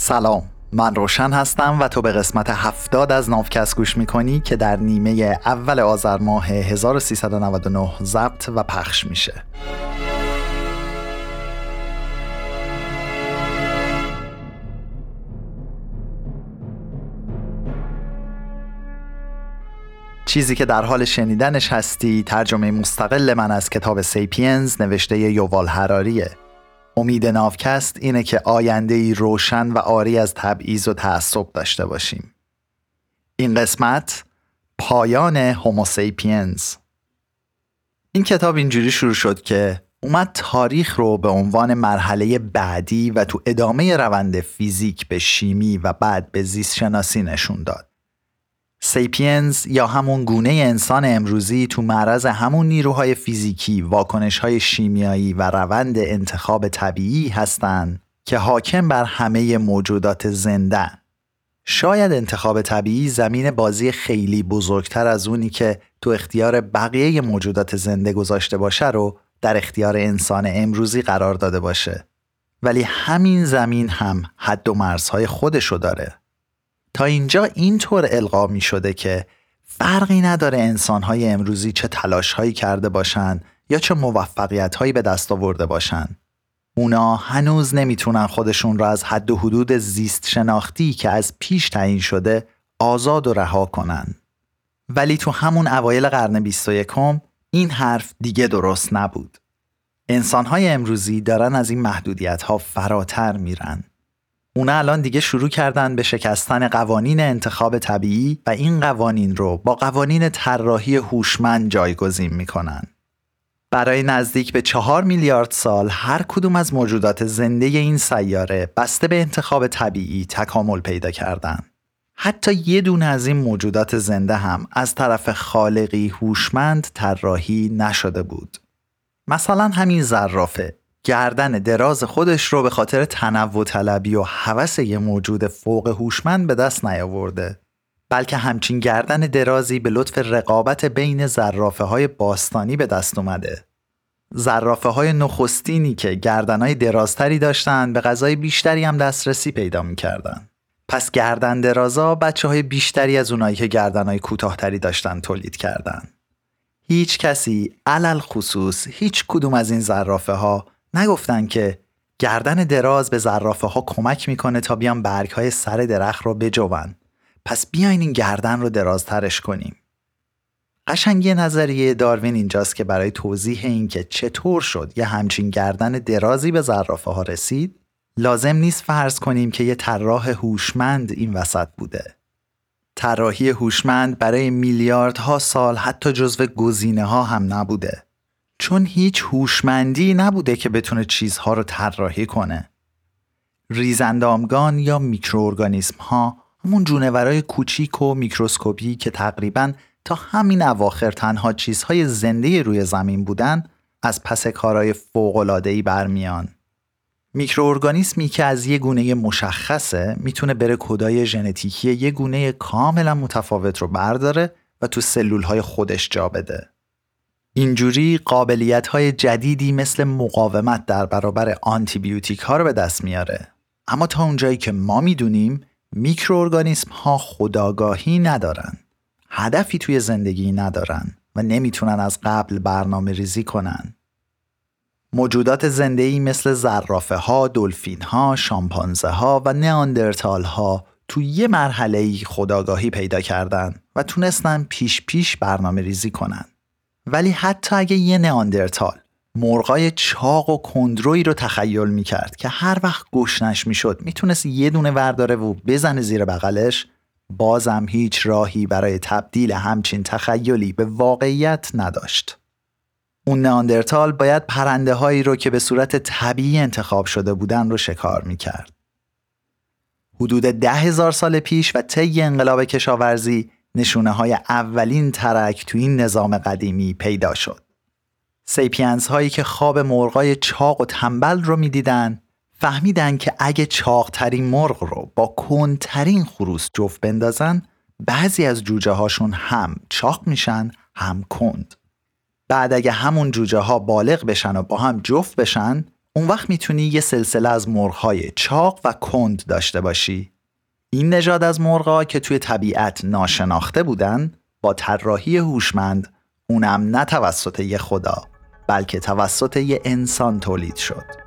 سلام، من روشن هستم و تو به قسمت 70 از ناوکست گوش میکنی که در نیمه اول آذر ماه 1399 ضبط و پخش میشه. چیزی که در حال شنیدنش هستی ترجمه مستقل من از کتاب سیپینز نوشته یووال هراریه. امید ناوکست اینه که آینده‌ای روشن و عاری از تبعیض و تعصب داشته باشیم. این قسمت پایان هوموسیپینز. این کتاب اینجوری شروع شد که اومد تاریخ رو به عنوان مرحله بعدی و تو ادامه روند فیزیک به شیمی و بعد به زیست شناسی نشون داد. سیپینز یا همون گونه انسان امروزی تو معرض همون نیروهای فیزیکی، واکنش‌های شیمیایی و روند انتخاب طبیعی هستن که حاکم بر همه موجودات زنده. شاید انتخاب طبیعی زمین بازی خیلی بزرگتر از اونی که تو اختیار بقیه موجودات زنده گذاشته باشه رو در اختیار انسان امروزی قرار داده باشه. ولی همین زمین هم حد و مرزهای خودشو داره. تا اینجا اینطور القا می شده که فرقی نداره انسان‌های امروزی چه تلاش‌هایی کرده باشن یا چه موفقیت‌هایی به دست آورده باشن. اونا هنوز نمیتونن خودشون را از حد و حدود زیست شناختی که از پیش تعیین شده آزاد و رها کنن. ولی تو همون اوایل قرن 21 این حرف دیگه درست نبود. انسان‌های امروزی دارن از این محدودیت‌ها فراتر میرن. اونا الان دیگه شروع کردن به شکستن قوانین انتخاب طبیعی و این قوانین رو با قوانین طراحی هوشمند جایگزین میکنن. برای نزدیک به 4 میلیارد سال هر کدوم از موجودات زنده این سیاره بسته به انتخاب طبیعی تکامل پیدا کردن. حتی یه دونه از این موجودات زنده هم از طرف خالقی هوشمند طراحی نشده بود. مثلا همین زرافه گردن دراز خودش رو به خاطر تنوع طلبی و هوس یه موجود فوق هوشمند به دست نیاورده، بلکه همچین گردن درازی به لطف رقابت بین زرافه‌های باستانی به دست اومده. زرافه‌های نخستینی که گردن‌های درازتری داشتن به غذای بیشتری هم دسترسی پیدا می‌کردن. پس گردن درازا بچه‌های بیشتری از اونایی که گردن‌های کوتاه‌تری داشتن تولید کردن. هیچ کسی علل خصوص هیچ کدوم از این زرافه‌ها نگفتن که گردن دراز به زرافه ها کمک میکنه تا بیان برگ های سر درخت رو بجوون. پس بیاین این گردن رو درازترش کنیم. قشنگی نظریه داروین اینجاست که برای توضیح این که چطور شد یه همچین گردن درازی به زرافه ها رسید، لازم نیست فرض کنیم که یه طراح هوشمند این وسط بوده. طراحی هوشمند برای میلیاردها سال حتی جزو گزینه ها هم نبوده. چون هیچ هوشمندی نبوده که بتونه چیزها رو طراحی کنه. ریزاندامگان یا میکروارگانیسم ها همون جونورای کوچیک و میکروسکوپی که تقریباً تا همین اواخر تنها چیزهای زنده روی زمین بودن از پس کارهای فوق‌العاده‌ای برمیان. میکروارگانیسمی که از یه گونه مشخصه میتونه بره کدای ژنتیکی یه گونه کاملا متفاوت رو برداره و تو سلولهای خودش جا بده. اینجوری قابلیت‌های جدیدی مثل مقاومت در برابر آنتیبیوتیک ها رو به دست میاره. اما تا اونجایی که ما میدونیم میکروارگانیسم ها خودآگاهی ندارن، هدفی توی زندگی ندارن و نمیتونن از قبل برنامه ریزی کنن. موجودات زنده‌ای مثل زرافه ها، دلفین ها، شامپانزه ها و نیاندرتال ها توی یه مرحله‌ای خودآگاهی پیدا کردن و تونستن پیش برنامه ریزی کنن. ولی حتی اگه یه نیاندرتال مرغای چاق و کندرویی رو تخیل میکرد که هر وقت گشنش میشد میتونست یه دونه ورداره و بزنه زیر بغلش، بازم هیچ راهی برای تبدیل همچین تخیلی به واقعیت نداشت. اون نیاندرتال باید پرنده هایی رو که به صورت طبیعی انتخاب شده بودن رو شکار میکرد. حدود 10,000 سال پیش و طی انقلاب کشاورزی نشونه های اولین ترک تو این نظام قدیمی پیدا شد. سیپینز هایی که خواب مرغای چاق و تنبل رو می دیدن فهمیدن که اگه چاق ترین مرغ رو با کندترین خروس جفت بندازن، بعضی از جوجه هاشون هم چاق میشن هم کند. بعد اگه همون جوجه ها بالغ بشن و با هم جفت بشن، اون وقت میتونی یه سلسله از مرغ‌های چاق و کند داشته باشی. این نژاد از مرغ‌ها که توی طبیعت ناشناخته بودن، با طراحی هوشمند، اونم نه توسط یه خدا، بلکه توسط یه انسان تولید شد.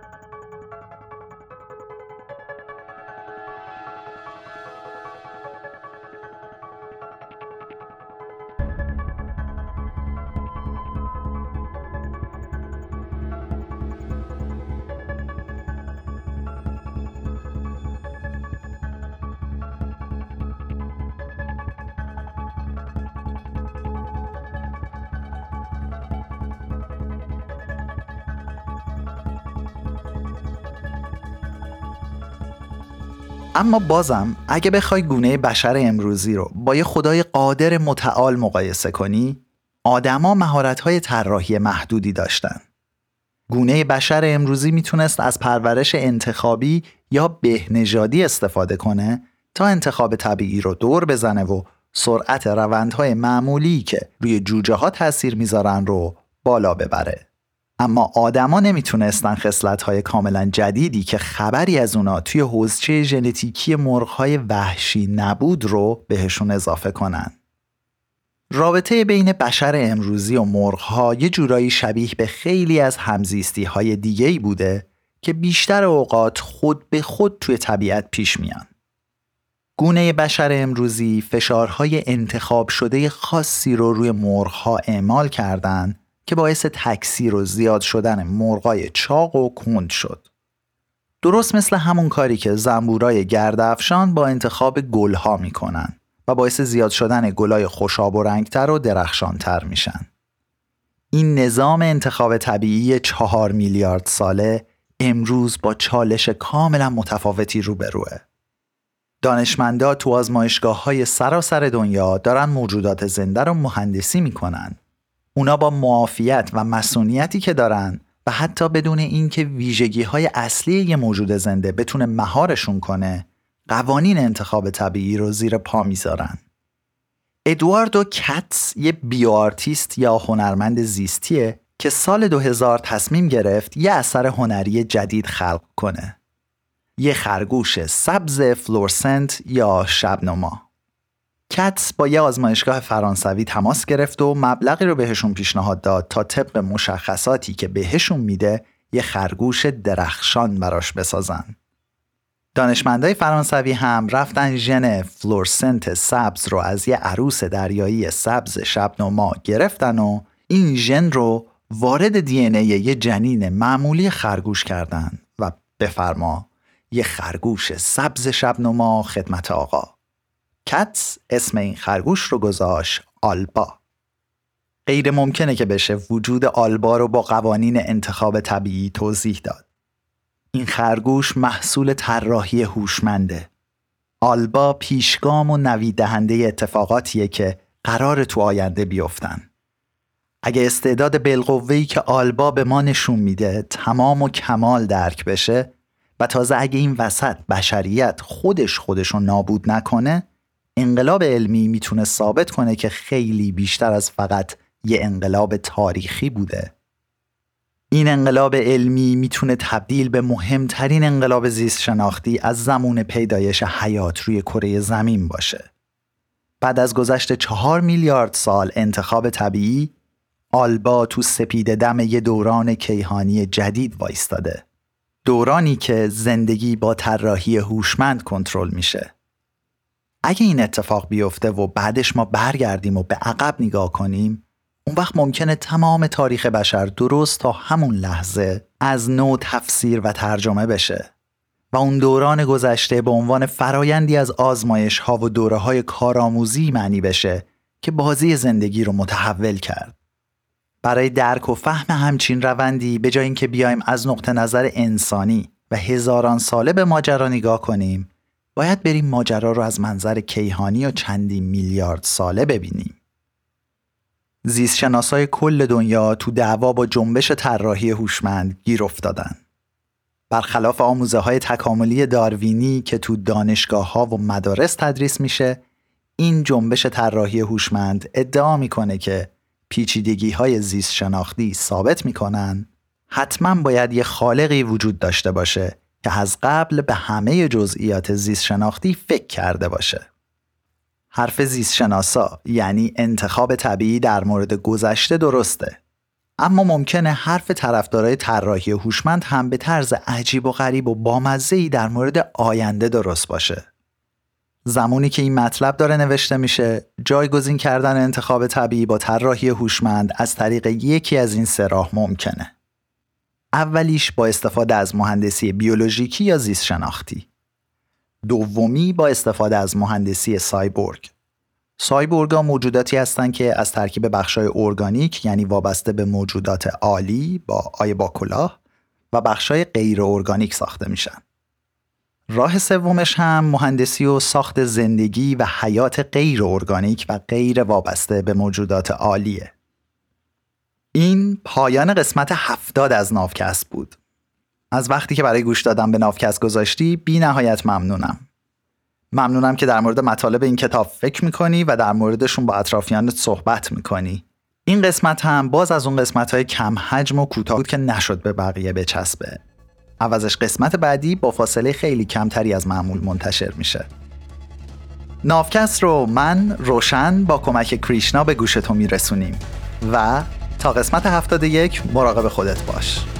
اما بازم اگه بخوای گونه بشر امروزی رو با یه خدای قادر متعال مقایسه کنی، آدما مهارت‌های طراحی محدودی داشتن. گونه بشر امروزی میتونست از پرورش انتخابی یا بهنژادی استفاده کنه تا انتخاب طبیعی رو دور بزنه و سرعت روندهای معمولی که روی جوجه ها تأثیر میذارن رو بالا ببره. اما آدما نمیتونستن خصلت‌های کاملا جدیدی که خبری از اونا توی حوزچه ژنتیکی مرغ‌های وحشی نبود رو بهشون اضافه کنن. رابطه بین بشر امروزی و مرغ‌ها یه جورایی شبیه به خیلی از همزیستی‌های دیگه‌ای بوده که بیشتر اوقات خود به خود توی طبیعت پیش میان. گونه بشر امروزی فشارهای انتخاب شده خاصی رو روی مرغ‌ها اعمال کردن که باعث تکثیر و زیاد شدن مرغای چاق و کند شد. درست مثل همون کاری که زنبورای گرده‌افشان با انتخاب گلها میکنن و باعث زیاد شدن گلای خوشاب و رنگتر و درخشانتر میشن. این نظام انتخاب طبیعی 4 میلیارد ساله امروز با چالش کاملا متفاوتی روبروه. دانشمندا تو آزمایشگاه‌های سراسر دنیا دارن موجودات زنده رو مهندسی میکنن. اونا با معافیت و مسئولیتی که دارن و حتی بدون اینکه ویژگی‌های اصلی یه موجود زنده بتونه مهارشون کنه، قوانین انتخاب طبیعی رو زیر پا میذارن. ادواردو کاتس یه بیوآرتیست یا هنرمند زیستیه که سال 2000 تصمیم گرفت یه اثر هنری جدید خلق کنه. یه خرگوش سبز فلورسنت یا شبنما. کاتس با یه آزمایشگاه فرانسوی تماس گرفت و مبلغی رو بهشون پیشنهاد داد تا طبق مشخصاتی که بهشون میده یه خرگوش درخشان براش بسازن. دانشمندای فرانسوی هم رفتن ژن فلورسنت سبز رو از یه عروس دریایی سبز شبنما گرفتن و این ژن رو وارد دی ان ای یه جنین معمولی خرگوش کردن و بفرما یه خرگوش سبز شبنما خدمت آقا. کاتس اسم این خرگوش رو گذاشت آلبا. غیر ممکنه که بشه وجود آلبا رو با قوانین انتخاب طبیعی توضیح داد. این خرگوش محصول طراحی هوشمنده. آلبا پیشگام و نوید دهنده اتفاقاتیه که قرار تو آینده بیفتن. اگه استعداد بالقوه‌ای که آلبا به ما نشون میده تمام و کمال درک بشه و تازه اگه این وسط بشریت خودشو نابود نکنه، انقلاب علمی میتونه ثابت کنه که خیلی بیشتر از فقط یه انقلاب تاریخی بوده. این انقلاب علمی میتونه تبدیل به مهمترین انقلاب زیست شناختی از زمان پیدایش حیات روی کره زمین باشه. بعد از گذشت 4 میلیارد سال انتخاب طبیعی، آلبا تو سپیده دم یه دوران کیهانی جدید وایستاده. دورانی که زندگی با طراحی هوشمند کنترل میشه. اگه این اتفاق بیفته و بعدش ما برگردیم و به عقب نگاه کنیم، اون وقت ممکنه تمام تاریخ بشر درست تا همون لحظه از نو تفسیر و ترجمه بشه و اون دوران گذشته به عنوان فرایندی از آزمایش ها و دوره های کارآموزی معنی بشه که بازی زندگی رو متحول کرد. برای درک و فهم همچین روندی به جای اینکه بیایم از نقطه نظر انسانی و هزاران ساله به ماجرا نگاه کنیم، باید بریم ماجرا رو از منظر کیهانی و چندین میلیارد ساله ببینیم. زیستشناسای کل دنیا تو دعوا با جنبش طراحی هوشمند گیر افتادن. برخلاف آموزه‌های تکاملی داروینی که تو دانشگاه‌ها و مدارس تدریس میشه، این جنبش طراحی هوشمند ادعا میکنه که پیچیدگی‌های زیست شناختی ثابت میکنن حتما باید یه خالقی وجود داشته باشه که از قبل به همه جزئیات زیست شناختی فکر کرده باشه. حرف زیست شناسا یعنی انتخاب طبیعی در مورد گذشته درسته. اما ممکنه حرف طرفدارای طراحی هوشمند هم به طرز عجیب و غریب و بامزه‌ای در مورد آینده درست باشه. زمانی که این مطلب داره نوشته میشه، جایگزین کردن انتخاب طبیعی با طراحی هوشمند از طریق یکی از این سه راه ممکنه. اولیش با استفاده از مهندسی بیولوژیکی یا زیست شناختی. دومی با استفاده از مهندسی سایبورگ. سایبورگ‌ها موجوداتی هستند که از ترکیب بخشای ارگانیک یعنی وابسته به موجودات آلی با کلاه و بخشای غیر ارگانیک ساخته میشن. راه سومش هم مهندسی و ساخت زندگی و حیات غیر ارگانیک و غیر وابسته به موجودات آلیه. این پایان قسمت 70 از ناوکست بود. از وقتی که برای گوش دادن به ناوکست گذاشتی بی نهایت ممنونم. ممنونم که در مورد مطالب این کتاب فکر میکنی و در موردشون با اطرافیانت صحبت میکنی. این قسمت هم باز از اون قسمت‌های کم حجم و کوتاه بود که نشد به بقیه بچسبه. عوضش قسمت بعدی با فاصله خیلی کمتری از معمول منتشر میشه. ناوکست رو من روشن با کمک کریشنا به گوش تو میرسونیم و تا قسمت 71 مراقب خودت باش.